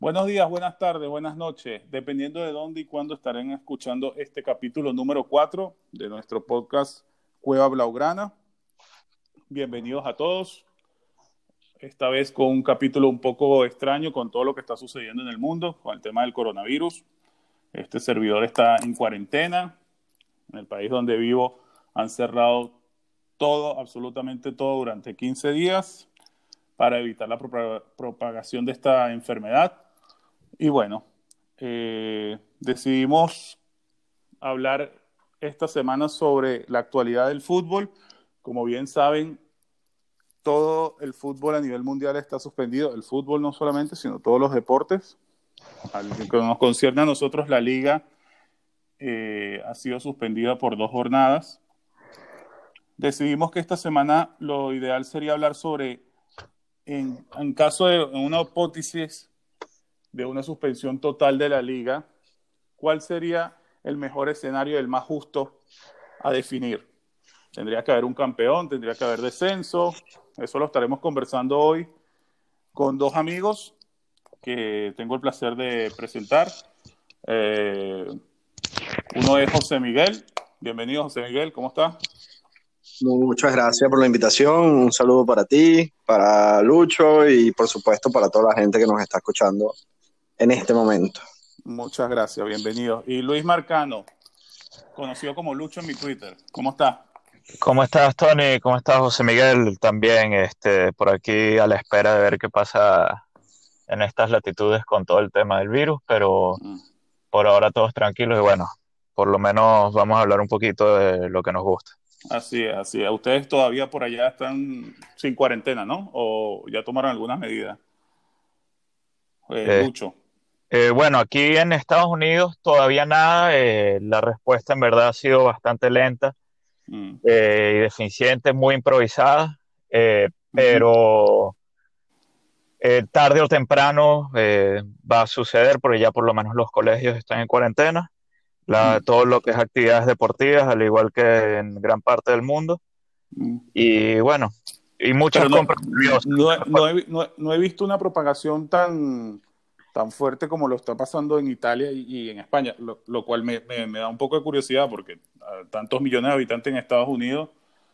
Buenos días, buenas tardes, buenas noches, dependiendo de dónde y cuándo estarán escuchando este capítulo número 4 de nuestro podcast Cueva Blaugrana. Bienvenidos a todos, esta vez con un capítulo un poco extraño con todo lo que está sucediendo en el mundo, con el tema del coronavirus. Este servidor está en cuarentena, en el país donde vivo han cerrado todo, absolutamente todo durante 15 días para evitar la propagación de esta enfermedad. Y bueno, decidimos hablar esta semana sobre la actualidad del fútbol. Como bien saben, todo el fútbol a nivel mundial está suspendido. El fútbol no solamente, sino todos los deportes. Al que nos concierne a nosotros, la liga ha sido suspendida por 2 jornadas. Decidimos que esta semana lo ideal sería hablar sobre, en caso de en una hipótesis de una suspensión total de la liga, ¿cuál sería el mejor escenario, el más justo a definir? Tendría que haber un campeón, tendría que haber descenso. Eso lo estaremos conversando hoy con dos amigos que tengo el placer de presentar. Eh, Uno es José Miguel. Bienvenido, José Miguel, ¿cómo está? Muchas gracias por la invitación. Un saludo para ti, para Lucho y por supuesto para toda la gente que nos está escuchando en este momento. Muchas gracias, bienvenido. Y Luis Marcano, conocido como Lucho en mi Twitter. ¿Cómo está? ¿Cómo estás, Tony? ¿Cómo estás, José Miguel? También, por aquí a la espera de ver qué pasa en estas latitudes con todo el tema del virus, pero Mm. por ahora todos tranquilos y bueno, por lo menos vamos a hablar un poquito de lo que nos gusta. Así es, así es. Ustedes todavía por allá están sin cuarentena, ¿no? ¿O ya tomaron algunas medidas? Eh, Lucho. bueno, aquí en Estados Unidos todavía nada, la respuesta en verdad ha sido bastante lenta Mm. y deficiente, muy improvisada, Ujú. pero tarde o temprano va a suceder porque ya por lo menos los colegios están en cuarentena, Mm. todo lo que es actividades deportivas, al igual que en gran parte del mundo, Mm. y bueno, y muchas Pero no, compras nerviosas. no he visto una propagación tan fuerte como lo está pasando en Italia y en España, lo cual me da un poco de curiosidad porque tantos millones de habitantes en Estados Unidos,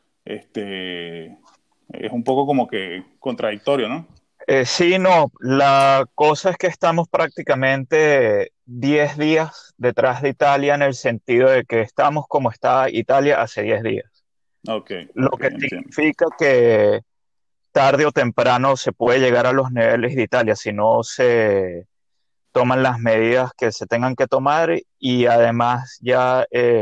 este, es un poco como que contradictorio, ¿no? Sí, no, la cosa es que estamos prácticamente 10 días detrás de Italia en el sentido de que estamos como está Italia hace 10 días, Ok, lo ok, que entiendo. significa que tarde o temprano se puede llegar a los niveles de Italia si no se toman las medidas que se tengan que tomar y además ya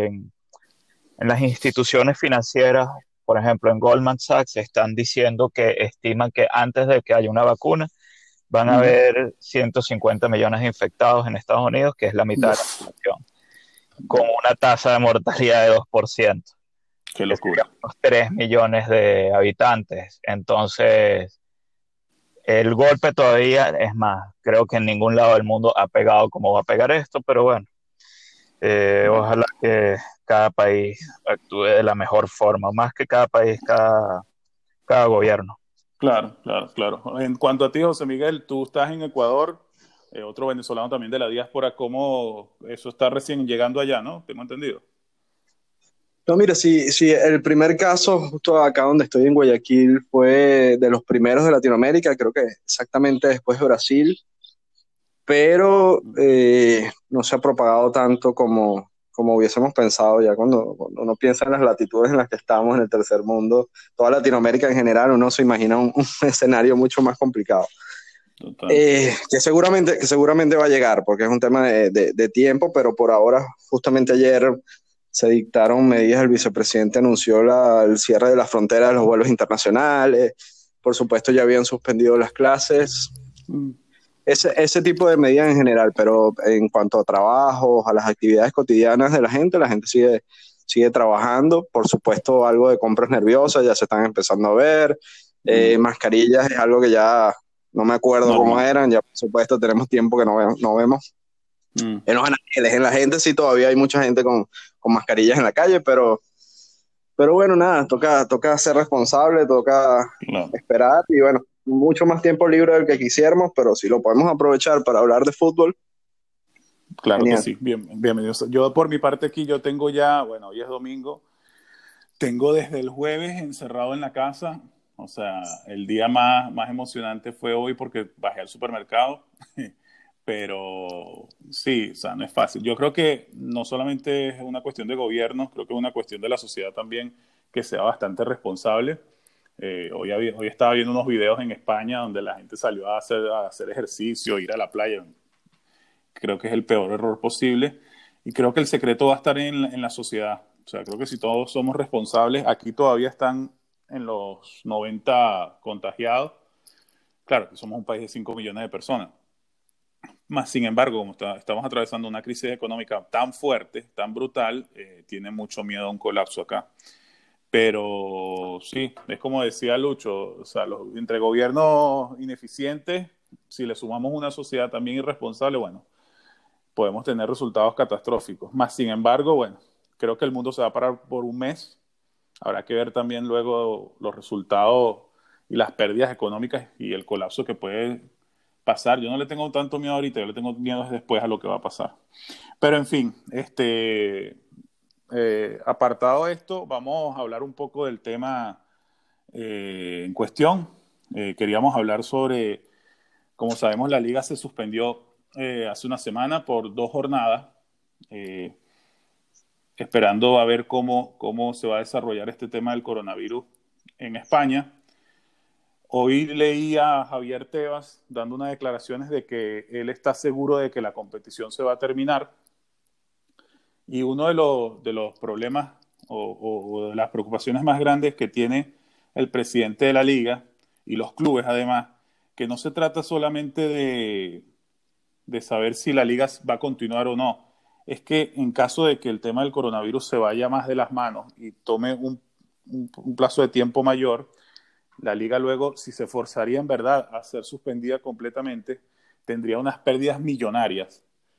en las instituciones financieras, por ejemplo en Goldman Sachs, están diciendo que estiman que antes de que haya una vacuna van a Mm. haber 150 millones de infectados en Estados Unidos, que es la mitad de la Uf, población, con una tasa de mortalidad de 2%, qué que serían locura. unos 3 millones de habitantes. Entonces, el golpe todavía es más, creo que en ningún lado del mundo ha pegado como va a pegar esto, pero bueno, Bueno. ojalá que cada país actúe de la mejor forma, más que cada país, cada gobierno. Claro, claro, claro. En cuanto a ti, José Miguel, tú estás en Ecuador, otro venezolano también de la diáspora, ¿cómo eso está recién llegando allá, no? Tengo entendido. No, mira, sí, el primer caso justo acá donde estoy en Guayaquil fue de los primeros de Latinoamérica, creo que exactamente después de Brasil, pero no se ha propagado tanto como hubiésemos pensado ya cuando uno piensa en las latitudes en las que estamos en el tercer mundo, toda Latinoamérica en general, uno se imagina un escenario mucho más complicado. Total. Que seguramente va a llegar, porque es un tema de tiempo, pero por ahora, justamente ayer se dictaron medidas, el vicepresidente anunció el cierre de las fronteras de los vuelos internacionales, por supuesto ya habían suspendido las clases, Mm. ese tipo de medidas en general, pero en cuanto a trabajos, a las actividades cotidianas de la gente sigue trabajando, por supuesto algo de compras nerviosas, ya se están empezando a ver, Mm. mascarillas es algo que ya no me acuerdo cómo Normal. eran, ya por supuesto tenemos tiempo que no vemos. Mm. En los anaqueles, en la gente sí todavía hay mucha gente con mascarillas en la calle, pero bueno, nada, toca ser responsable, toca Claro. esperar y bueno, mucho más tiempo libre del que quisiéramos, pero si lo podemos aprovechar para hablar de fútbol, Claro que genial. sí, bienvenido. Yo por mi parte aquí, yo tengo ya, bueno, hoy es domingo, tengo desde el jueves encerrado en la casa, o sea, el día más emocionante fue hoy porque bajé al supermercado, pero sí, o sea, no es fácil. Yo creo que no solamente es una cuestión de gobierno, creo que es una cuestión de la sociedad también que sea bastante responsable. Hoy estaba viendo unos videos en España donde la gente salió a hacer ejercicio, ir a la playa. Creo que es el peor error posible y creo que el secreto va a estar en la sociedad. O sea, creo que si todos somos responsables, aquí todavía están en los 90 contagiados. Claro que somos un país de 5 millones de personas. Más sin embargo, como estamos atravesando una crisis económica tan fuerte, tan brutal, tiene mucho miedo a un colapso acá. Pero sí, es como decía Lucho, o sea, entre gobiernos ineficientes, si le sumamos una sociedad también irresponsable, bueno, podemos tener resultados catastróficos. Más sin embargo, bueno, creo que el mundo se va a parar por un mes. Habrá que ver también luego los resultados y las pérdidas económicas y el colapso que puede pasar. Yo no le tengo tanto miedo ahorita, yo le tengo miedo después a lo que va a pasar. Pero en fin, apartado esto, vamos a hablar un poco del tema en cuestión. Queríamos hablar sobre, como sabemos, la liga se suspendió hace una semana por 2 jornadas, eh, esperando a ver cómo se va a desarrollar este tema del coronavirus en España. Hoy leí a Javier Tebas dando unas declaraciones de que él está seguro de que la competición se va a terminar y uno de los problemas o de las preocupaciones más grandes que tiene el presidente de la liga y los clubes además, que no se trata solamente de saber si la liga va a continuar o no. Es que en caso de que el tema del coronavirus se vaya más de las manos y tome un plazo de tiempo mayor, la liga luego, si se forzaría en verdad a ser suspendida completamente, tendría unas pérdidas millonarias.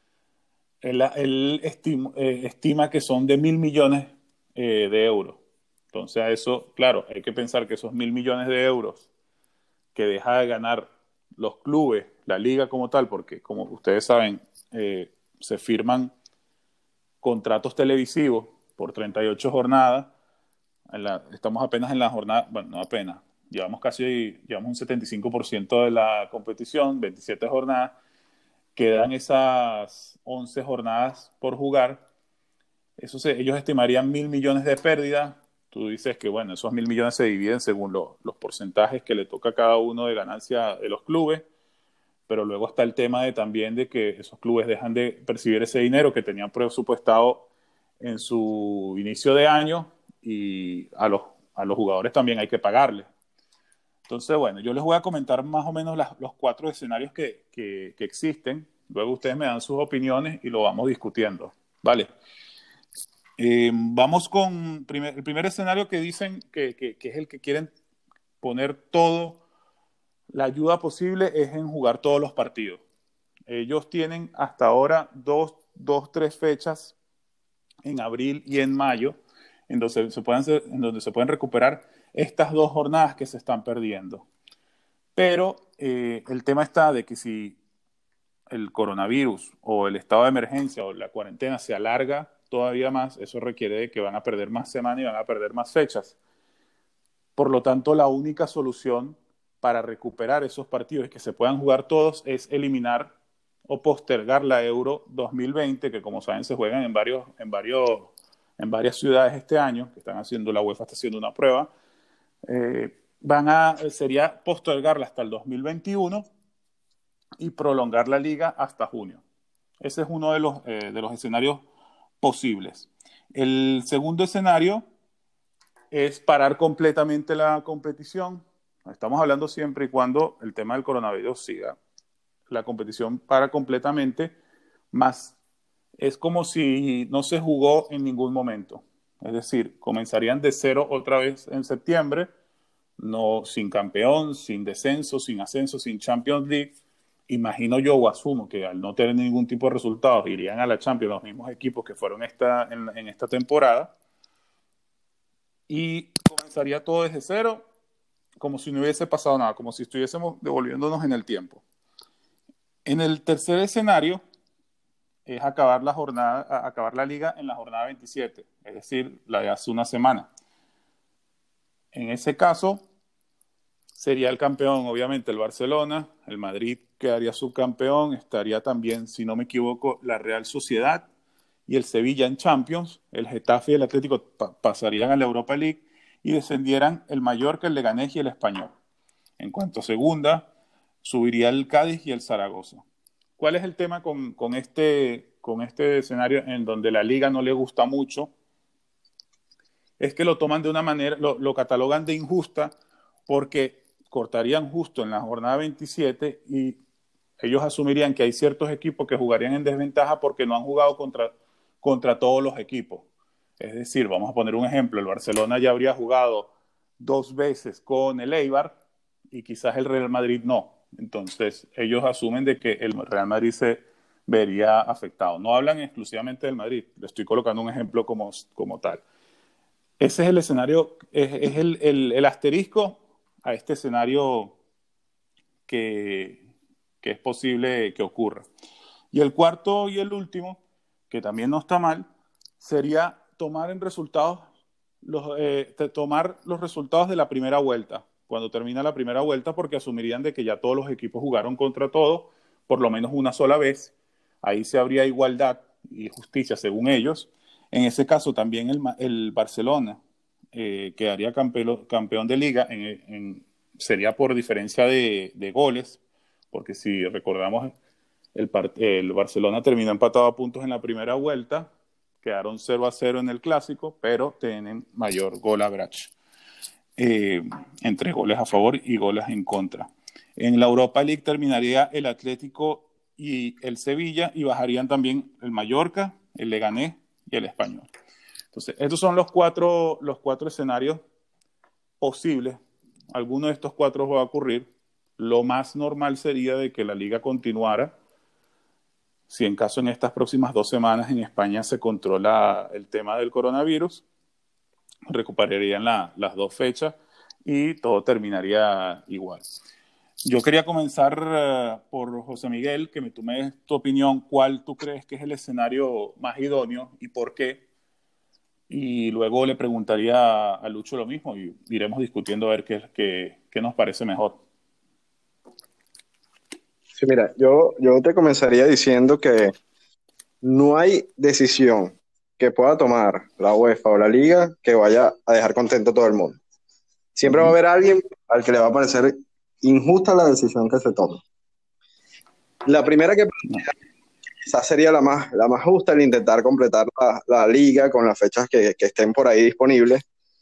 Él estima que son de 1.000 millones de euros. Entonces, a eso, claro, hay que pensar que esos 1.000 millones de euros que deja de ganar los clubes, la liga como tal, porque como ustedes saben, se firman contratos televisivos por 38 jornadas. Estamos apenas en la jornada, bueno, no apenas, llevamos un 75% de la competición, 27 jornadas, quedan esas 11 jornadas por jugar. Ellos estimarían 1.000 millones de pérdida. Tú dices que, bueno, esos 1.000 millones se dividen según los porcentajes que le toca a cada uno de ganancia de los clubes, pero luego está el tema también de que esos clubes dejan de percibir ese dinero que tenían presupuestado en su inicio de año y a los jugadores también hay que pagarles. Entonces, bueno, yo les voy a comentar más o menos los 4 escenarios que existen. Luego ustedes me dan sus opiniones y lo vamos discutiendo. Vale. Vamos con el primer escenario que dicen que es el que quieren poner todo, la ayuda posible es en jugar todos los partidos. Ellos tienen hasta ahora dos, 3 fechas en abril y en mayo en donde se pueden recuperar estas 2 jornadas que se están perdiendo. Pero el tema está de que si el coronavirus o el estado de emergencia o la cuarentena se alarga todavía más, eso requiere de que van a perder más semanas y van a perder más fechas. Por lo tanto, la única solución para recuperar esos partidos y que se puedan jugar todos es eliminar o postergar la Euro 2020, que como saben se juegan en varias ciudades este año, que la UEFA está haciendo una prueba. Sería postergarla hasta el 2021 y prolongar la liga hasta junio. Ese es uno de los escenarios posibles. El segundo escenario es parar completamente la competición. Estamos hablando siempre y cuando el tema del coronavirus siga. La competición para completamente, más es como si no se jugó en ningún momento. Es decir, comenzarían de cero otra vez en septiembre, no, sin campeón, sin descenso, sin ascenso, sin Champions League. Imagino yo o asumo que al no tener ningún tipo de resultados irían a la Champions los mismos equipos que fueron en esta temporada y comenzaría todo desde cero como si no hubiese pasado nada, como si estuviésemos devolviéndonos en el tiempo. En el tercer escenario es acabar la liga en la jornada 27, es decir, la de hace una semana. En ese caso, sería el campeón, obviamente, el Barcelona, el Madrid quedaría subcampeón, estaría también, si no me equivoco, la Real Sociedad y el Sevilla en Champions, el Getafe y el Atlético pasarían a la Europa League y descendieran el Mallorca, el Leganés y el Español. En cuanto a segunda, subiría el Cádiz y el Zaragoza. ¿Cuál es el tema con este escenario en donde la liga no le gusta mucho? Es que lo toman de una manera, lo catalogan de injusta porque cortarían justo en la jornada 27 y ellos asumirían que hay ciertos equipos que jugarían en desventaja porque no han jugado contra todos los equipos. Es decir, vamos a poner un ejemplo, el Barcelona ya habría jugado 2 veces con el Eibar y quizás el Real Madrid no. Entonces, ellos asumen de que el Real Madrid se vería afectado. No hablan exclusivamente del Madrid, le estoy colocando un ejemplo como tal. Ese es el escenario, es el asterisco a este escenario que, que es posible que ocurra. Y el cuarto y el último, que también no está mal, sería tomar tomar los resultados de la primera vuelta, cuando termina la primera vuelta, porque asumirían de que ya todos los equipos jugaron contra todos, por lo menos una sola vez. Ahí se habría igualdad y justicia según ellos. En ese caso también el Barcelona quedaría campeón de liga, sería por diferencia de goles, porque si recordamos, el Barcelona terminó empatado a puntos en la primera vuelta, quedaron 0-0 en el clásico, pero tienen mayor gol average, entre goles a favor y goles en contra. En la Europa League terminaría el Atlético y el Sevilla y bajarían también el Mallorca, el Leganés y el Español. Entonces, estos son los cuatro escenarios posibles. Alguno de estos cuatro va a ocurrir. Lo más normal sería de que la liga continuara. Si en caso en estas próximas 2 semanas en España se controla el tema del coronavirus, recuperarían las 2 fechas y todo terminaría igual. Yo quería comenzar por José Miguel, que tú me des tu opinión, cuál tú crees que es el escenario más idóneo y por qué. Y luego le preguntaría a Lucho lo mismo y iremos discutiendo a ver qué nos parece mejor. Sí, mira, yo te comenzaría diciendo que no hay decisión que pueda tomar la UEFA o la Liga que vaya a dejar contento a todo el mundo. Siempre va a haber alguien al que le va a parecer injusta la decisión que se tome. La primera que quizás sería la más justa, el intentar completar la liga con las fechas que estén por ahí disponibles.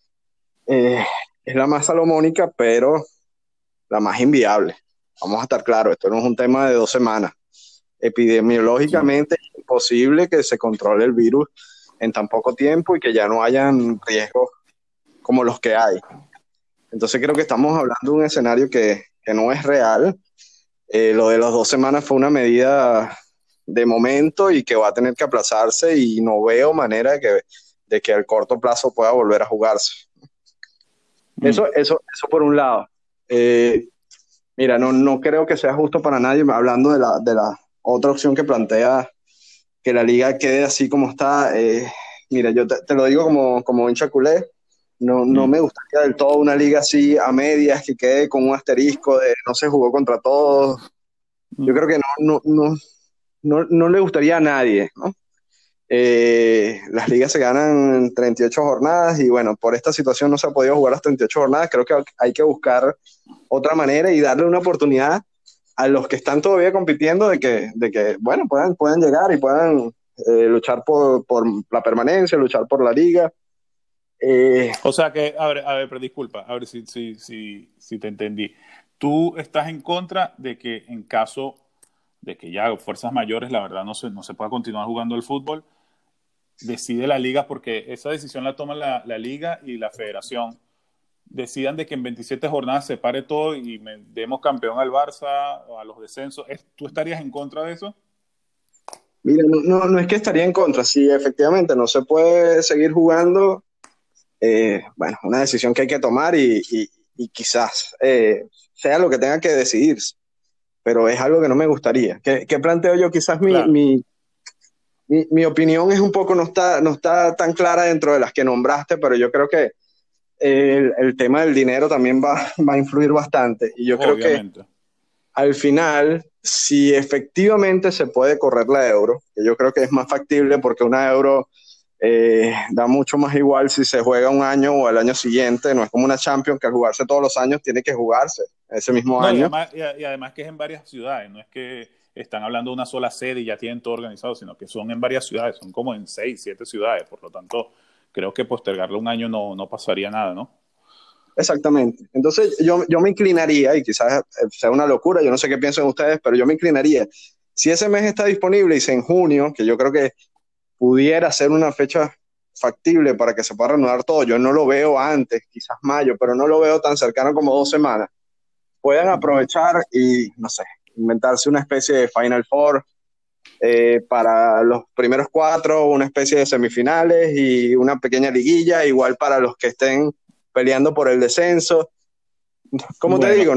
Es la más salomónica, pero la más inviable. Vamos a estar claros, esto no es un tema de 2 semanas. Epidemiológicamente es imposible que se controle el virus en tan poco tiempo y que ya no hayan riesgos como los que hay. Entonces creo que estamos hablando de un escenario que no es real. Lo de las 2 semanas fue una medida de momento y que va a tener que aplazarse y no veo manera de que al corto plazo pueda volver a jugarse. Eso por un lado. Mira, no creo que sea justo para nadie, hablando de la otra opción que plantea que la liga quede así como está. Mira, yo te lo digo como hincha culé, no me gustaría del todo una liga así a medias, que quede con un asterisco de no se jugó contra todos. Yo creo que no le gustaría a nadie, ¿no? Las ligas se ganan en 38 jornadas y bueno, por esta situación no se ha podido jugar las 38 jornadas. Creo que hay que buscar otra manera y darle una oportunidad a los que están todavía compitiendo de que bueno, puedan llegar y puedan luchar por la permanencia, luchar por la liga. O sea que, a ver, pero disculpa, a ver si te entendí. Tú estás en contra de que en caso de que ya fuerzas mayores, la verdad, no se pueda continuar jugando el fútbol, decide la liga, porque esa decisión la toma la liga y la federación, decidan de que en 27 jornadas se pare todo y demos campeón al Barça o a los descensos. ¿Tú estarías en contra de eso? Mira, no es que estaría en contra, si efectivamente no se puede seguir jugando, bueno, una decisión que hay que tomar y y quizás sea lo que tenga que decidirse, pero es algo que no me gustaría. ¿Qué planteo yo? Quizás Claro. mi opinión es un poco, no está tan clara dentro de las que nombraste, pero yo creo que el tema del dinero también va a influir bastante. Y yo creo que Obviamente. al final, si efectivamente se puede correr la euro, que yo creo que es más factible porque una euro da mucho más igual si se juega un año o al año siguiente, no es como una Champions que al jugarse todos los años tiene que jugarse ese mismo No, año. y además que es en varias ciudades, no es que están hablando de una sola sede y ya tienen todo organizado, sino que son en varias ciudades, son como en 6, 7 ciudades, por lo tanto, creo que postergarlo un año no pasaría nada, ¿no? Exactamente. Entonces yo me inclinaría, y quizás sea una locura, yo no sé qué piensan ustedes, pero yo me inclinaría. Si ese mes está disponible y es en junio, que yo creo que pudiera ser una fecha factible para que se pueda reanudar todo, yo no lo veo antes, quizás mayo, pero no lo veo tan cercano como 2 semanas. Pueden Ujú. aprovechar y, no sé, inventarse una especie de Final Four para los primeros cuatro, una especie de semifinales y una pequeña liguilla, igual para los que estén peleando por el descenso. Como te Bueno, digo,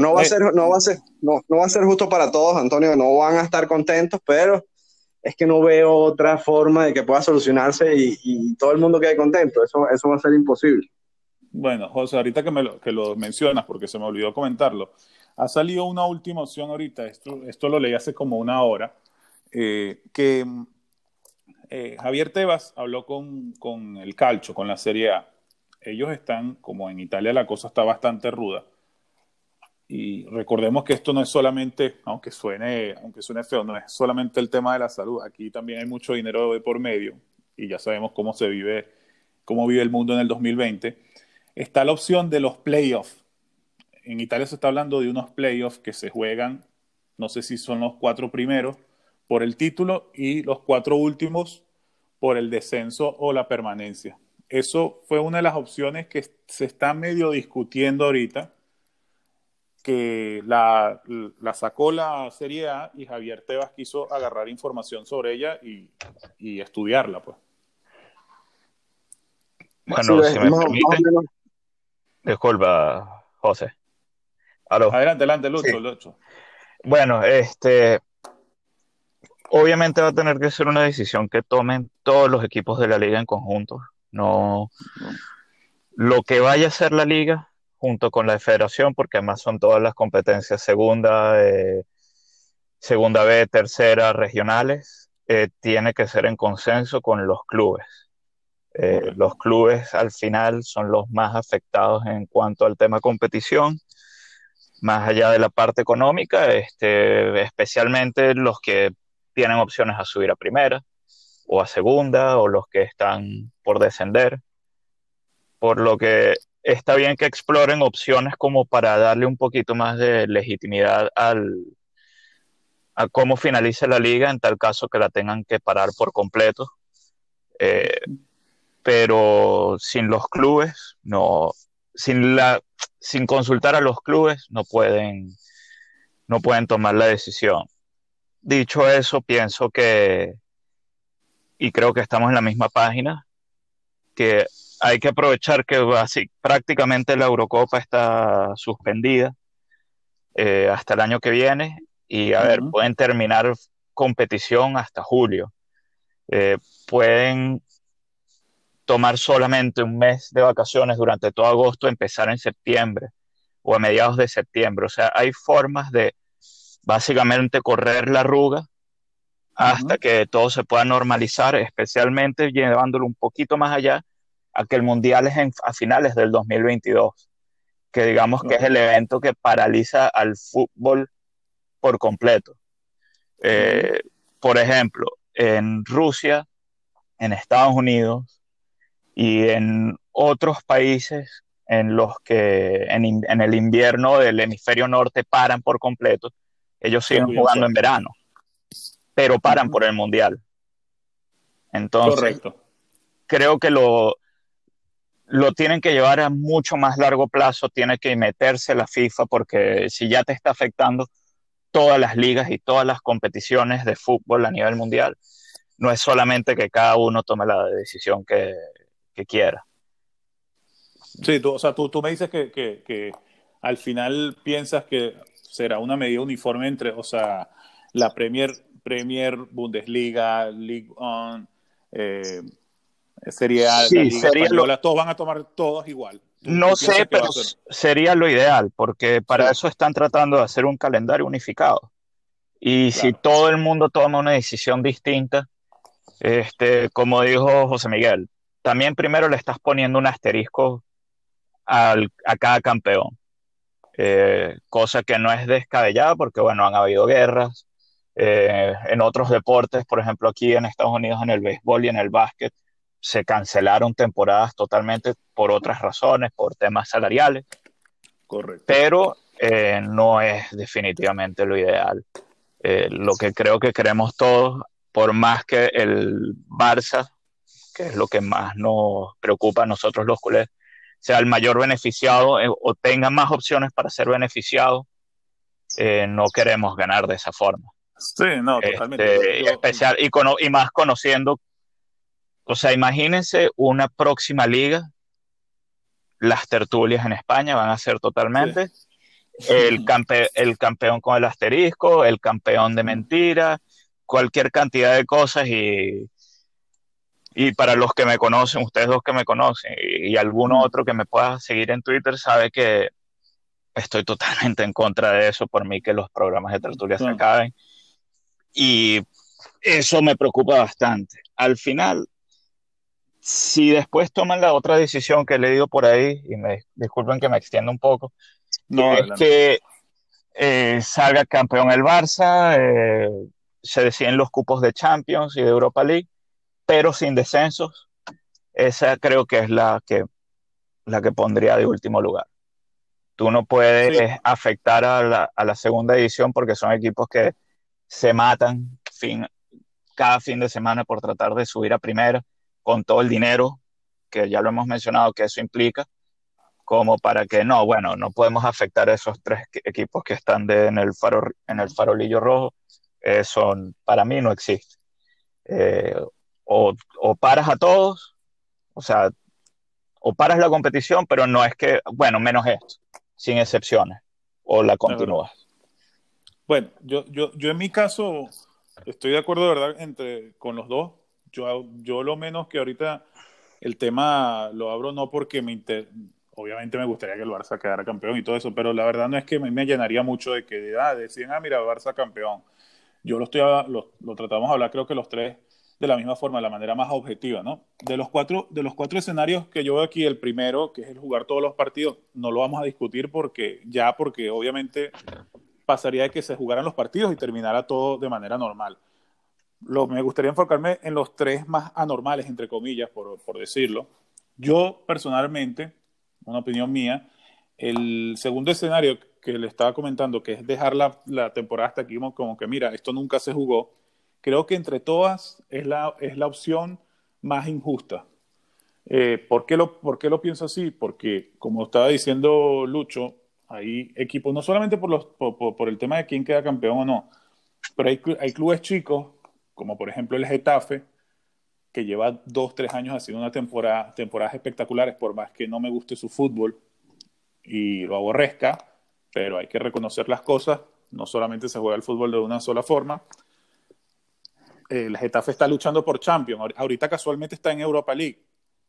no va a ser justo para todos, Antonio, no van a estar contentos, pero es que no veo otra forma de que pueda solucionarse y todo el mundo quede contento. Eso va a ser imposible. bueno, José, ahorita que lo mencionas, porque se me olvidó comentarlo, ha salido una última opción ahorita, esto lo leí hace como una hora, que Javier Tebas habló con el Calcio, con la Serie A. Ellos están, como en Italia la cosa está bastante ruda, y recordemos que esto no es solamente, aunque suene feo, no es solamente el tema de la salud, aquí también hay mucho dinero de por medio, y ya sabemos cómo vive el mundo en el 2020. Está la opción de los playoffs. En Italia se está hablando de unos playoffs que se juegan, no sé si son los 4 primeros por el título y los 4 últimos por el descenso o la permanencia. Eso fue una de las opciones que se está medio discutiendo ahorita, que la sacó la Serie A y Javier Tebas quiso agarrar información sobre ella y estudiarla, pues. Sí, Bueno, si me más o permite, menos. disculpa, José. Aló. Adelante, adelante, Sí. Lucho, Lucho. Bueno, obviamente va a tener que ser una decisión que tomen todos los equipos de la liga en conjunto. No, lo que vaya a ser la liga junto con la federación, porque además son todas las competencias segunda B, tercera, regionales, tiene que ser en consenso con los clubes. Los Correcto. clubes al final son los más afectados en cuanto al tema competición, más allá de la parte económica, especialmente los que tienen opciones a subir a primera o a segunda o los que están por descender, por lo que está bien que exploren opciones como para darle un poquito más de legitimidad a cómo finalice la liga en tal caso que la tengan que parar por completo. Eh, pero sin los clubes, no, sin la, sin consultar a los clubes, no pueden tomar la decisión. Dicho eso, pienso que, y creo que estamos en la misma página, que hay que aprovechar que así, prácticamente la Eurocopa está suspendida hasta el año que viene y a ver, Ujú. pueden terminar competición hasta julio. Eh, pueden tomar solamente un mes de vacaciones durante todo agosto, empezar en septiembre o a mediados de septiembre. O sea, hay formas de básicamente correr la arruga hasta Ujú. que todo se pueda normalizar, especialmente llevándolo un poquito más allá a que el Mundial es a finales del 2022, que digamos que es el Correcto. evento que paraliza al fútbol por completo. Ujú. Eh, por ejemplo, en Rusia, en Estados Unidos y en otros países en los que en el invierno del hemisferio norte paran por completo, ellos Sí, siguen bien jugando en sabe. verano, pero paran Ujú. por el mundial. Entonces, Correcto. creo que lo tienen que llevar a mucho más largo plazo, tiene que meterse la FIFA, porque si ya te está afectando todas las ligas y todas las competiciones de fútbol a nivel mundial, no es solamente que cada uno tome la decisión que quiera. Sí, o sea, tú me dices que al final piensas que será una medida uniforme entre, o sea, la Premier, Bundesliga, League On, eh, sería la Sí, Liga Española, todos van a tomar todos igual. no ¿Tú sé, piensas que pero va a ser? sería lo ideal, porque para Sí, eso están tratando de hacer un calendario unificado. Y si claro. todo el mundo toma una decisión distinta, como dijo José Miguel, también primero le estás poniendo un asterisco a cada campeón, cosa que no es descabellada porque, bueno, han habido guerras en otros deportes, por ejemplo, aquí en Estados Unidos en el béisbol y en el básquet, se cancelaron temporadas totalmente por otras razones, por temas salariales, Correcto. pero no es definitivamente lo ideal. Lo que creo que queremos todos, por más que el Barça, que es lo que más nos preocupa a nosotros los culés, sea el mayor beneficiado o tenga más opciones para ser beneficiado, no queremos ganar de esa forma. Sí, no, totalmente. Especial y más conociendo, o sea, imagínense una próxima liga, las tertulias en España van a ser Sí. totalmente el campeón con el asterisco, el campeón de mentira, cualquier cantidad de cosas y para los que me conocen, ustedes dos que me conocen y alguno otro que me pueda seguir en Twitter sabe que estoy totalmente en contra de eso, por mí que los programas de tertulia se Sí. acaben y eso me preocupa bastante. Al final, si después toman la otra decisión que he leído por ahí, y me disculpen que me extienda un poco, que No, es adelante. que salga campeón el Barça, se deciden los cupos de Champions y de Europa League, pero sin descensos. Esa creo que es la que pondría de último lugar. Tú no puedes Sí, afectar a la segunda división porque son equipos que se matan cada fin de semana por tratar de subir a primera con todo el dinero que ya lo hemos mencionado que eso implica, como para que no, bueno, no podemos afectar a esos tres equipos que están en el farolillo rojo. Eso para mí no existe. Eh, o paras a todos, o sea, o paras la competición, pero no es que, bueno, menos esto, sin excepciones, o la es verdad. continúas. Bueno, yo en mi caso estoy de acuerdo de verdad con los dos. Yo lo menos que ahorita el tema lo abro no porque obviamente me gustaría que el Barça quedara campeón y todo eso, pero la verdad no es que me llenaría mucho de que decían, mira, Barça campeón. Yo lo tratamos de hablar creo que los tres de la misma forma, de la manera más objetiva, ¿no? De los cuatro escenarios que yo veo aquí, el primero, que es el jugar todos los partidos, no lo vamos a discutir porque obviamente pasaría de que se jugaran los partidos y terminara todo de manera normal. Me gustaría enfocarme en los tres más anormales, entre comillas, por decirlo. Yo, personalmente, una opinión mía, el segundo escenario que le estaba comentando, que es dejar la temporada hasta aquí como que, mira, esto nunca se jugó, creo que entre todas es la opción más injusta. ¿Por qué lo pienso así? Porque, como estaba diciendo Lucho, hay equipos, no solamente por el tema de quién queda campeón o no, pero hay clubes chicos, como por ejemplo el Getafe, que lleva 2, 3 años haciendo temporadas espectaculares, por más que no me guste su fútbol y lo aborrezca, pero hay que reconocer las cosas, no solamente se juega el fútbol de una sola forma. El Getafe está luchando por Champions, ahorita casualmente está en Europa League.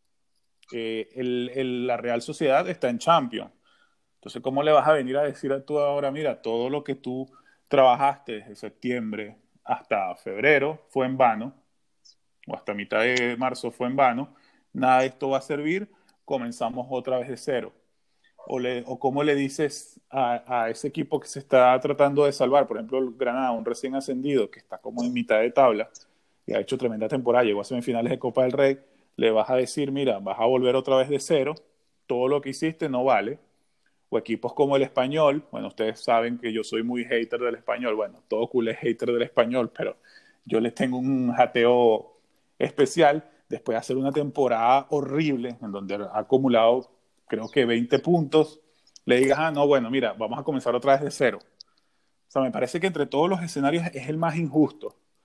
La Real Sociedad está en Champions. Entonces, ¿cómo le vas a venir a decir a tú ahora, mira, todo lo que tú trabajaste desde septiembre hasta febrero fue en vano, o hasta mitad de marzo fue en vano, nada de esto va a servir, comenzamos otra vez de cero? O cómo le dices a ese equipo que se está tratando de salvar, por ejemplo, el Granada, un recién ascendido que está como en mitad de tabla y ha hecho tremenda temporada, llegó a semifinales de Copa del Rey, le vas a decir, mira, vas a volver otra vez de cero, todo lo que hiciste no vale. O equipos como el Español, bueno, ustedes saben que yo soy muy hater del Español, bueno, todo culé es hater del Español, pero yo les tengo un jateo especial después de hacer una temporada horrible en donde ha acumulado creo que 20 puntos, le digas, no, bueno, mira, vamos a comenzar otra vez de cero. O sea, me parece que entre todos los escenarios es el más injusto.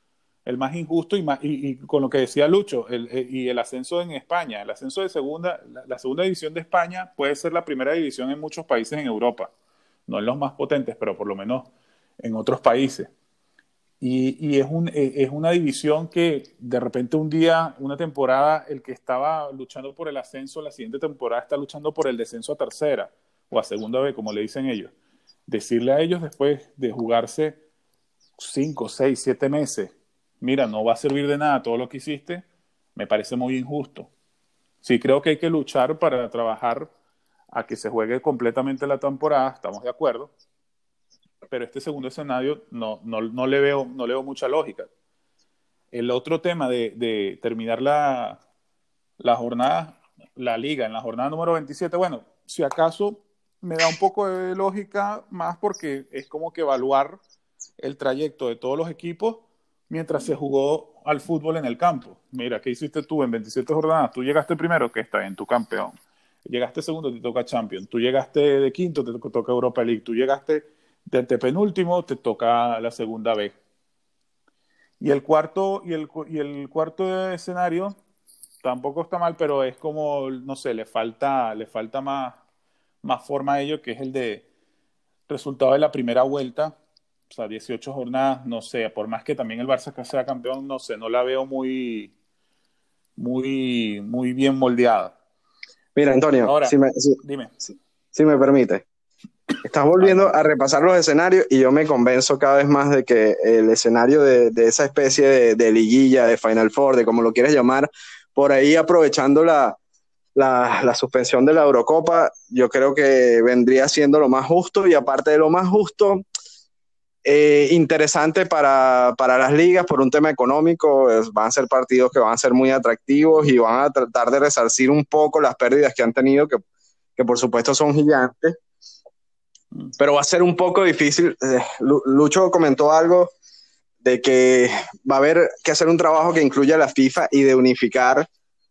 el más injusto y con lo que decía Lucho, y el ascenso en España, el ascenso de segunda, la segunda división de España puede ser la primera división en muchos países en Europa, no en los más potentes, pero por lo menos en otros países. Y es una división que de repente un día, una temporada, el que estaba luchando por el ascenso, la siguiente temporada está luchando por el descenso a tercera o a segunda B, como le dicen ellos. Decirle a ellos después de jugarse 5, 6, 7 meses, mira, no va a servir de nada todo lo que hiciste, me parece muy injusto. Sí, creo que hay que luchar para trabajar a que se juegue completamente la temporada, estamos de acuerdo, pero este segundo escenario no le veo mucha lógica. El otro tema de terminar la jornada, la liga en la jornada número 27, bueno, si acaso me da un poco de lógica más porque es como que evaluar el trayecto de todos los equipos mientras se jugó al fútbol en el campo. Mira, ¿qué hiciste tú en 27 jornadas? Tú llegaste primero, que está en tu campeón. Llegaste segundo, te toca Champions. Tú llegaste de quinto, te toca Europa League. Tú llegaste de penúltimo, te toca la segunda B. Y el cuarto escenario tampoco está mal, pero es como, no sé, le falta más forma a ello, que es el de resultado de la primera vuelta. O sea, 18 jornadas, no sé, por más que también el Barça que sea campeón, no sé, no la veo muy bien moldeada. Mira, Antonio, Ahora, dime. si me permite, estás volviendo Adelante. a repasar los escenarios y yo me convenzo cada vez más de que el escenario de esa especie de liguilla, de Final Four, de como lo quieres llamar, por ahí aprovechando la suspensión de la Eurocopa, yo creo que vendría siendo lo más justo y aparte de lo más justo, interesante para las ligas por un tema económico. Van a ser partidos que van a ser muy atractivos y van a tratar de resarcir un poco las pérdidas que han tenido, que por supuesto son gigantes, pero va a ser un poco difícil. Lucho comentó algo de que va a haber que hacer un trabajo que incluya a la FIFA y de unificar.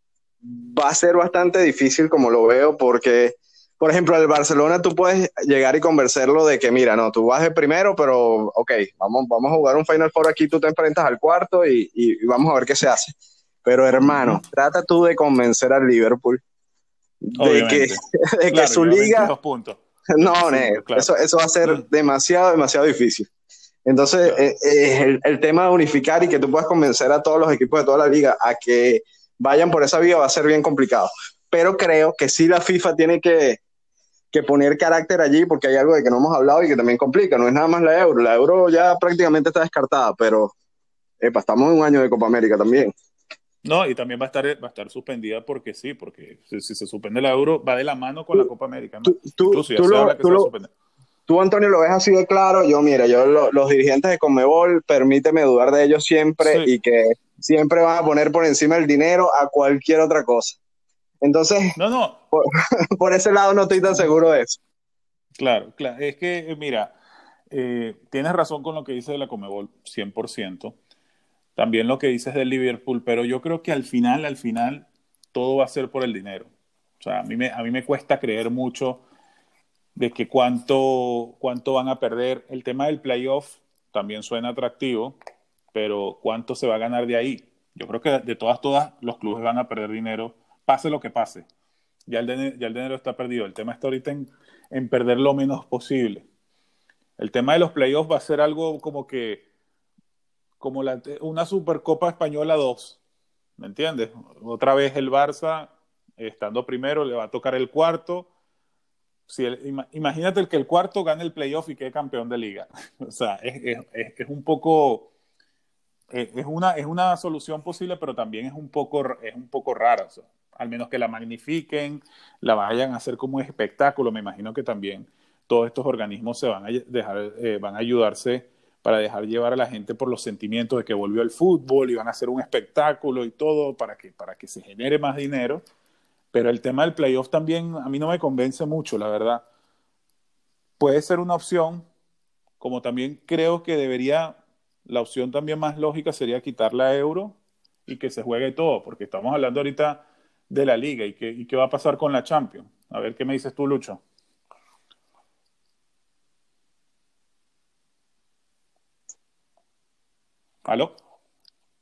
Va a ser bastante difícil como lo veo porque, por ejemplo, al Barcelona tú puedes llegar y convencerlo de que, mira, no, tú vas de primero, pero ok, vamos a jugar un Final Four aquí, tú te enfrentas al cuarto y vamos a ver qué se hace. Pero hermano, Ujú. trata tú de convencer al Liverpool de que, Obviamente. de que Claro, su lleva liga, 22 puntos. no, 25, claro. eso va a ser Mm, demasiado, demasiado difícil. Entonces, claro. el tema de unificar y que tú puedas convencer a todos los equipos de toda la liga a que vayan por esa vía va a ser bien complicado. Pero creo que sí la FIFA tiene que poner carácter allí porque hay algo de que no hemos hablado y que también complica. No es nada más la Euro. La Euro ya prácticamente está descartada, pero estamos en un año de Copa América también. No, y también va a estar suspendida porque sí, porque si se suspende la Euro, va de la mano con la Tú, Copa América. ¿No? tú, tú, Incluso ya tú, se lo, habla que tú, se va a lo, suspender. tú, Antonio, lo ves así de claro. Los dirigentes de Conmebol, permíteme dudar de ellos siempre Sí. y que siempre van a poner por encima el dinero a cualquier otra cosa. Entonces, No, no. por, por ese lado no estoy tan seguro de eso. Claro, claro. Es que, mira, tienes razón con lo que dice de la Comebol, 100%. También lo que dices del Liverpool, pero yo creo que al final, todo va a ser por el dinero. O sea, a mí me cuesta creer mucho de que cuánto van a perder. El tema del playoff también suena atractivo, pero ¿cuánto se va a ganar de ahí? Yo creo que de todas, los clubes van a perder dinero, pase lo que pase. Ya el dinero está perdido. El tema está ahorita en perder lo menos posible. El tema de los playoffs va a ser algo como una Supercopa Española 2, ¿me entiendes? Otra vez el Barça, estando primero, le va a tocar el cuarto. Imagínate que el cuarto gane el playoff y quede campeón de liga. O sea, es un poco, es una solución posible, pero también es un poco rara. O sea, al menos que la magnifiquen, la vayan a hacer como un espectáculo. Me imagino que también todos estos organismos se van a ayudarse para dejar llevar a la gente por los sentimientos de que volvió el fútbol y van a hacer un espectáculo y todo para que se genere más dinero. Pero el tema del playoff también a mí no me convence mucho, la verdad. Puede ser una opción, como también creo que la opción también más lógica sería quitar la euro y que se juegue todo, porque estamos hablando ahorita de la liga y qué va a pasar con la Champions. A ver qué me dices tú, Lucho. ¿Aló?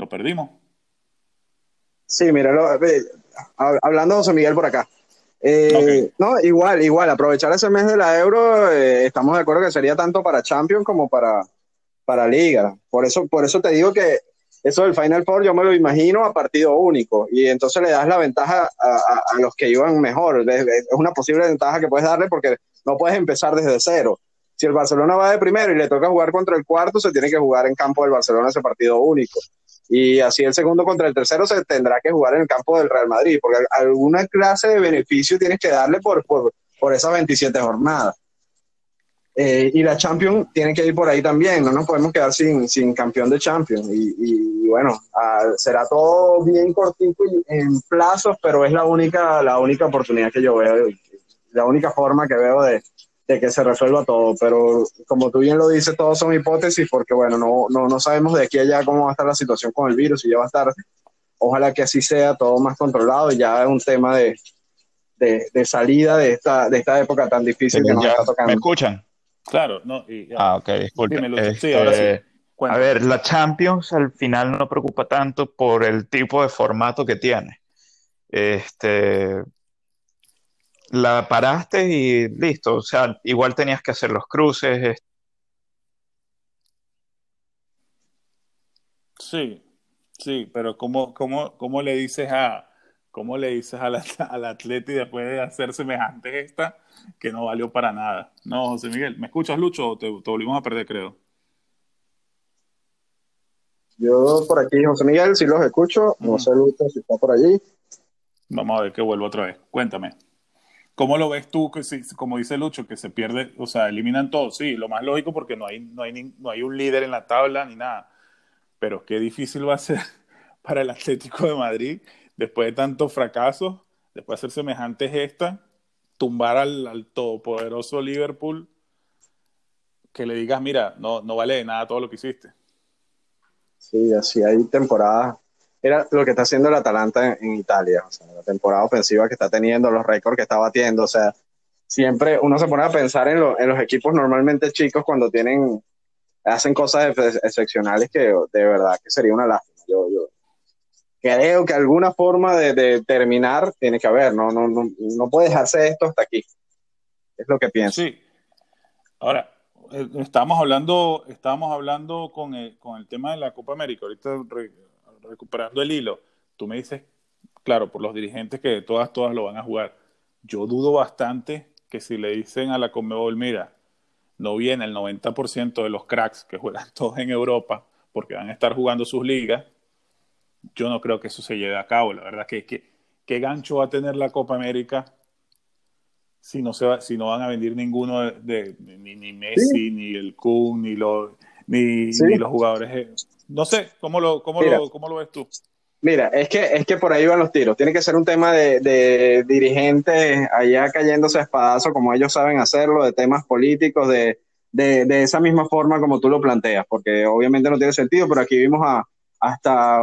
Lo perdimos. Sí, mira, hablando de José Miguel por acá. Ok. No, igual, aprovechar ese mes de la Euro, estamos de acuerdo que sería tanto para Champions como para Liga. Por eso te digo que eso del Final Four yo me lo imagino a partido único y entonces le das la ventaja a los que iban mejor. Es una posible ventaja que puedes darle porque no puedes empezar desde cero. Si el Barcelona va de primero y le toca jugar contra el cuarto, se tiene que jugar en campo del Barcelona ese partido único. Y así el segundo contra el tercero se tendrá que jugar en el campo del Real Madrid, porque alguna clase de beneficio tienes que darle por esas 27 jornadas. Y la Champions tiene que ir por ahí también, no nos podemos quedar sin campeón de Champions. Y bueno, será todo bien cortito y en plazos, pero es la única oportunidad que yo veo, la única forma que veo de que se resuelva todo. Pero como tú bien lo dices, todos son hipótesis porque bueno, no sabemos de aquí a allá cómo va a estar la situación con el virus, y ya va a estar, ojalá que así sea, todo más controlado y ya es un tema de salida de esta época tan difícil que nos Ya, está ¿me tocando. escuchan? Claro, no, y Ah, ok, disculpe. dime, Lucho. Sí, ahora sí. A Cuéntame. ver, la Champions al final no preocupa tanto por el tipo de formato que tiene. Este, la paraste y listo. O sea, igual tenías que hacer los cruces. Sí, sí, pero cómo le dices al Atleti después de hacer semejante gesta que no valió para nada? No, José Miguel, ¿me escuchas, Lucho? O te volvimos a perder, creo. Yo por aquí, José Miguel, si los escucho, no Mm, sé, Lucas, si está por allí. Vamos a ver que vuelvo otra vez. Cuéntame. ¿Cómo lo ves tú, como dice Lucho, que se pierde, o sea, eliminan todo? Sí, lo más lógico porque no hay un líder en la tabla ni nada. Pero qué difícil va a ser para el Atlético de Madrid, después de tantos fracasos, después de hacer semejante gesta, tumbar al todopoderoso Liverpool, que le digas, mira, no vale de nada todo lo que hiciste. Sí, así hay temporadas. Era lo que está haciendo el Atalanta en Italia, o sea, la temporada ofensiva que está teniendo, los récords que está batiendo, o sea, siempre uno se pone a pensar en los equipos normalmente chicos cuando hacen cosas excepcionales que de verdad que sería una lástima. Yo creo que alguna forma de terminar tiene que haber, no puede dejarse esto hasta aquí, es lo que pienso. Sí, ahora, estábamos hablando con el tema de la Copa América, ahorita recuperando el hilo, tú me dices, claro, por los dirigentes que todas lo van a jugar. Yo dudo bastante que si le dicen a la Conmebol, mira, no viene el 90% de los cracks que juegan todos en Europa porque van a estar jugando sus ligas, yo no creo que eso se lleve a cabo. La verdad que qué gancho va a tener la Copa América si no van a venir ninguno ni Sí, Messi, ni el Kun, sí. ni los jugadores. No sé, Mira, cómo lo ves tú? Mira, es que por ahí van los tiros. Tiene que ser un tema de dirigentes allá cayéndose a espadazo como ellos saben hacerlo, de temas políticos, de esa misma forma como tú lo planteas, porque obviamente no tiene sentido, pero aquí vimos hasta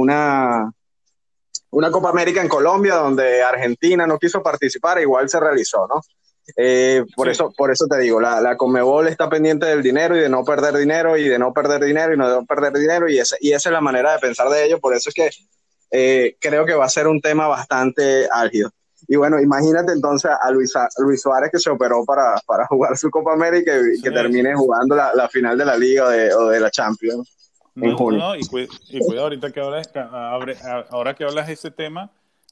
una Copa América en Colombia donde Argentina no quiso participar, e igual se realizó, ¿no? Sí, Por eso te digo, la Conmebol está pendiente del dinero y de no perder dinero y de no perder dinero y no perder dinero, y esa es la manera de pensar de ellos. Por eso es que creo que va a ser un tema bastante álgido. Y bueno, imagínate entonces a Luis Suárez, que se operó para jugar su Copa América y sí, que termine sí. jugando la final de la Liga o de la Champions en No, junio. no, y cuidado, ahorita que ahora que hablas de ese tema,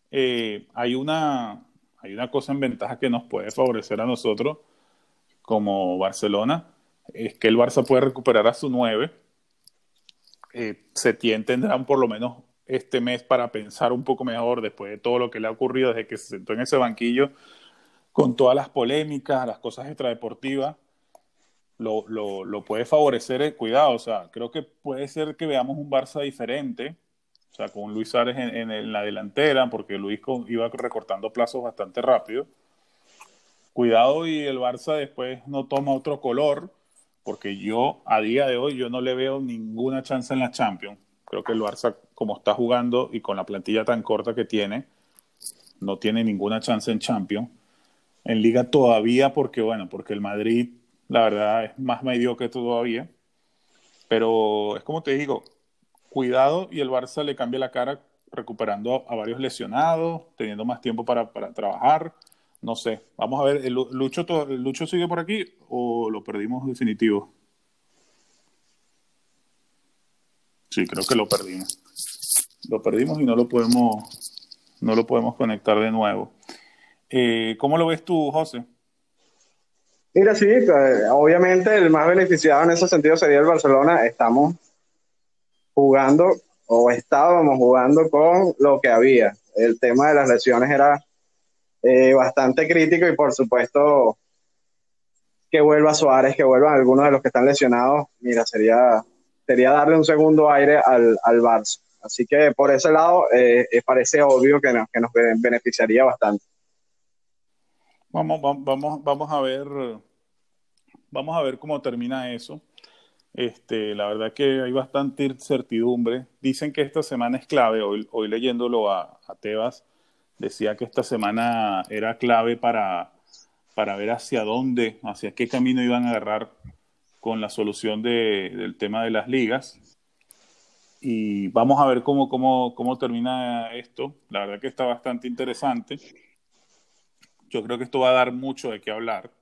hay una cosa en ventaja que nos puede favorecer a nosotros como Barcelona, es que el Barça puede recuperar a su 9. Setién tendrán por lo menos este mes para pensar un poco mejor después de todo lo que le ha ocurrido desde que se sentó en ese banquillo, con todas las polémicas, las cosas extradeportivas, lo puede favorecer el cuidado. O sea, creo que puede ser que veamos un Barça diferente, o sea, con Luis Suárez en la delantera, porque iba recortando plazos bastante rápido. Cuidado y el Barça después no toma otro color, porque yo a día de hoy yo no le veo ninguna chance en la Champions. Creo que el Barça, como está jugando y con la plantilla tan corta que tiene, no tiene ninguna chance en Champions. En Liga todavía, porque bueno, porque el Madrid, la verdad, es más mediocre todavía. Pero es como te digo, cuidado y el Barça le cambia la cara recuperando a varios lesionados, teniendo más tiempo para trabajar. No sé, vamos a ver, ¿el Lucho sigue por aquí o lo perdimos definitivo? Sí, creo que lo perdimos. Lo perdimos y no lo podemos conectar de nuevo. ¿Cómo lo ves tú, José? Mira, sí, obviamente el más beneficiado en ese sentido sería el Barcelona. Estamos jugando o estábamos jugando con lo que había. El tema de las lesiones era bastante crítico y por supuesto que vuelva Suárez, que vuelvan algunos de los que están lesionados. Mira, sería darle un segundo aire al Barça. Así que por ese lado parece obvio que nos beneficiaría bastante. Vamos a ver cómo termina eso. La verdad que hay bastante incertidumbre. Dicen que esta semana es clave. Hoy leyéndolo a Tebas, decía que esta semana era clave para ver hacia qué camino iban a agarrar con la solución del tema de las ligas. Y vamos a ver cómo termina esto. La verdad que está bastante interesante. Yo creo que esto va a dar mucho de qué hablar.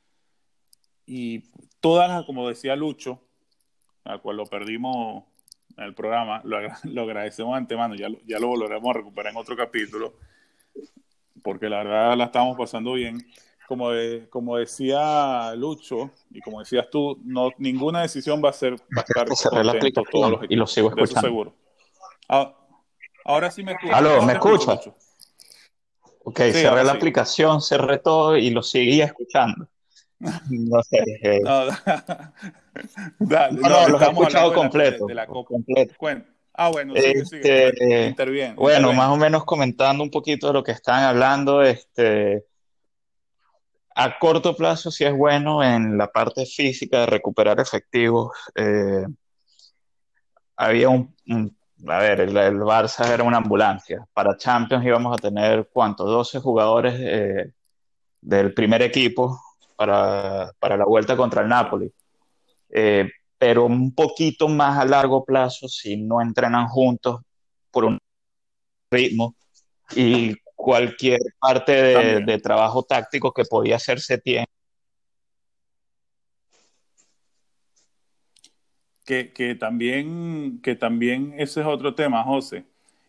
Y como decía Lucho, al cual lo perdimos en el programa, lo agradecemos de antemano, ya lo volveremos a recuperar en otro capítulo, porque la verdad la estamos pasando bien. Como decía Lucho, y como decías tú, ninguna decisión va a estar Cerré la contento todos aplicación los y lo equipos, sigo de eso escuchando. seguro. Ah, ahora sí me escuchas, Aló, yo sí ¿me te escucho, escucha? Lucho. Ok, Sí, cerré ahora la sí. aplicación, cerré todo y lo seguía escuchando. No sé. No, dale, No, no, no, los he estábamos escuchado hablando de completos, la Copa. completos. Bueno, sigue, interviene, Bueno, más interviene. o menos comentando un poquito de lo que están hablando, a corto plazo sí es bueno en la parte física de recuperar efectivos. Había a ver, el Barça era una ambulancia. Para Champions íbamos a tener, ¿cuánto? 12 jugadores del primer equipo para la vuelta contra el Sí, Napoli. Eh, pero un poquito más a largo plazo, si no entrenan juntos por un ritmo y cualquier parte de también. trabajo táctico que podía hacerse tiempo. Que también ese es otro tema, José.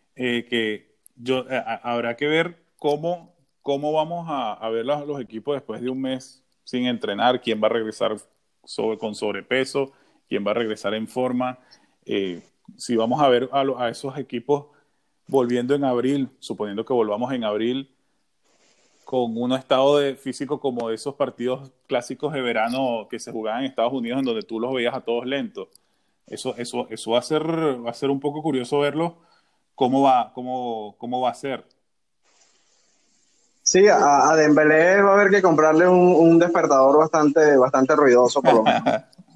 Habrá que ver cómo vamos a ver los equipos después de un mes sin entrenar, quién va a regresar con sobrepeso, quién va a regresar en forma. Eh, si vamos a ver a esos equipos volviendo en abril, suponiendo que volvamos en abril, con un estado de físico como de esos partidos clásicos de verano que se jugaban en Estados Unidos, en donde tú los veías a todos lentos. Eso va a ser un poco curioso verlo, cómo va a ser. Sí, a Dembélé va a haber que comprarle un despertador bastante ruidoso, por lo menos.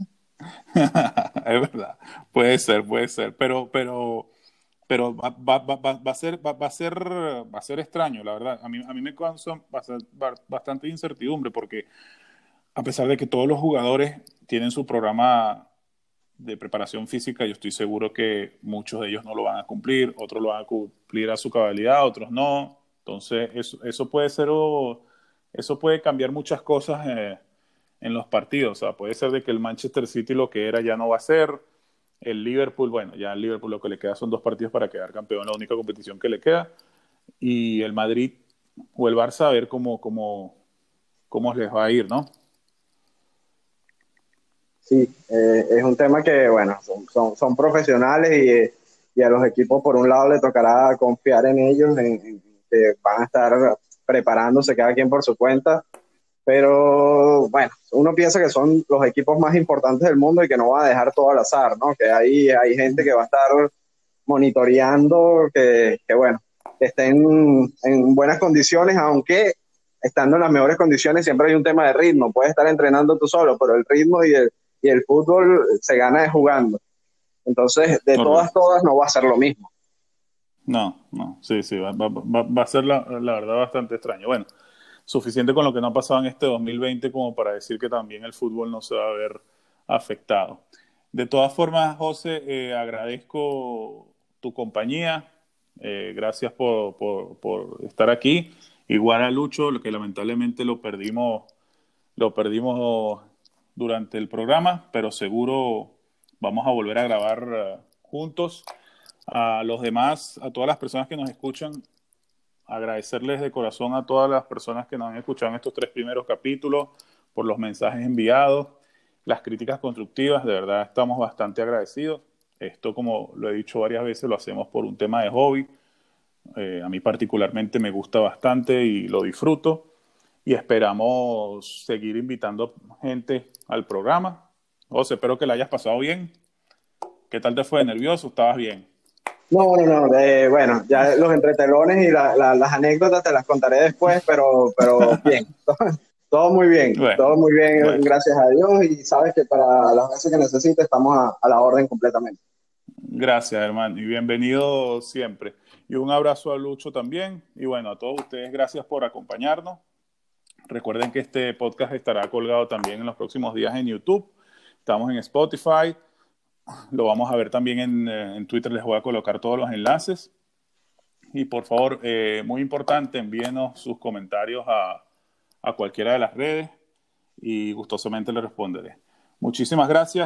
Es verdad, puede ser, pero va a ser extraño, la verdad. A mí me causa bastante incertidumbre porque a pesar de que todos los jugadores tienen su programa de preparación física, yo estoy seguro que muchos de ellos no lo van a cumplir, otros lo van a cumplir a su cabalidad, otros no. Entonces, eso puede cambiar muchas cosas en los partidos. O sea, puede ser de que el Manchester City lo que era ya no va a ser. El Liverpool, bueno, ya el Liverpool lo que le queda son 2 partidos para quedar campeón, la única competición que le queda. Y el Madrid o el Barça a ver cómo les va a ir, ¿no? Sí, es un tema que, bueno, son profesionales y a los equipos por un lado le tocará confiar en ellos, en que van a estar preparándose cada quien por su cuenta, pero bueno, uno piensa que son los equipos más importantes del mundo y que no va a dejar todo al azar, ¿no? Que hay gente que va a estar monitoreando, que bueno, que estén en buenas condiciones, aunque estando en las mejores condiciones siempre hay un tema de ritmo, puedes estar entrenando tú solo, pero el ritmo y el fútbol se gana de jugando. Entonces, de todas, Correcto. todas no va a ser lo mismo. No, no, sí, sí, va a ser la verdad bastante extraño. Bueno, suficiente con lo que no ha pasado en este 2020 como para decir que también el fútbol no se va a ver afectado. De todas formas, José, agradezco tu compañía. Gracias por estar aquí. Igual a Lucho, lo que lamentablemente lo perdimos durante el programa, pero seguro vamos a volver a grabar juntos. A los demás, a todas las personas que nos escuchan, agradecerles de corazón a todas las personas que nos han escuchado en estos 3 primeros capítulos por los mensajes enviados, las críticas constructivas, de verdad estamos bastante agradecidos. Esto, como lo he dicho varias veces, lo hacemos por un tema de hobby. A mí particularmente me gusta bastante y lo disfruto. Y esperamos seguir invitando gente al programa. José, espero que la hayas pasado bien. ¿Qué tal te fue? ¿Nervioso? ¿Estabas bien? No, no, no. Bueno, ya los entretelones y las anécdotas te las contaré después, pero bien. Bueno, Todo muy bien, bueno. gracias a Dios. Y sabes que para las veces que necesites estamos a la orden completamente. Gracias, hermano, y bienvenido siempre. Y un abrazo a Lucho también. Y bueno, a todos ustedes, gracias por acompañarnos. Recuerden que este podcast estará colgado también en los próximos días en YouTube. Estamos en Spotify. Lo vamos a ver también en Twitter. Les voy a colocar todos los enlaces. Y por favor, muy importante, envíenos sus comentarios a cualquiera de las redes y gustosamente les responderé. Muchísimas gracias.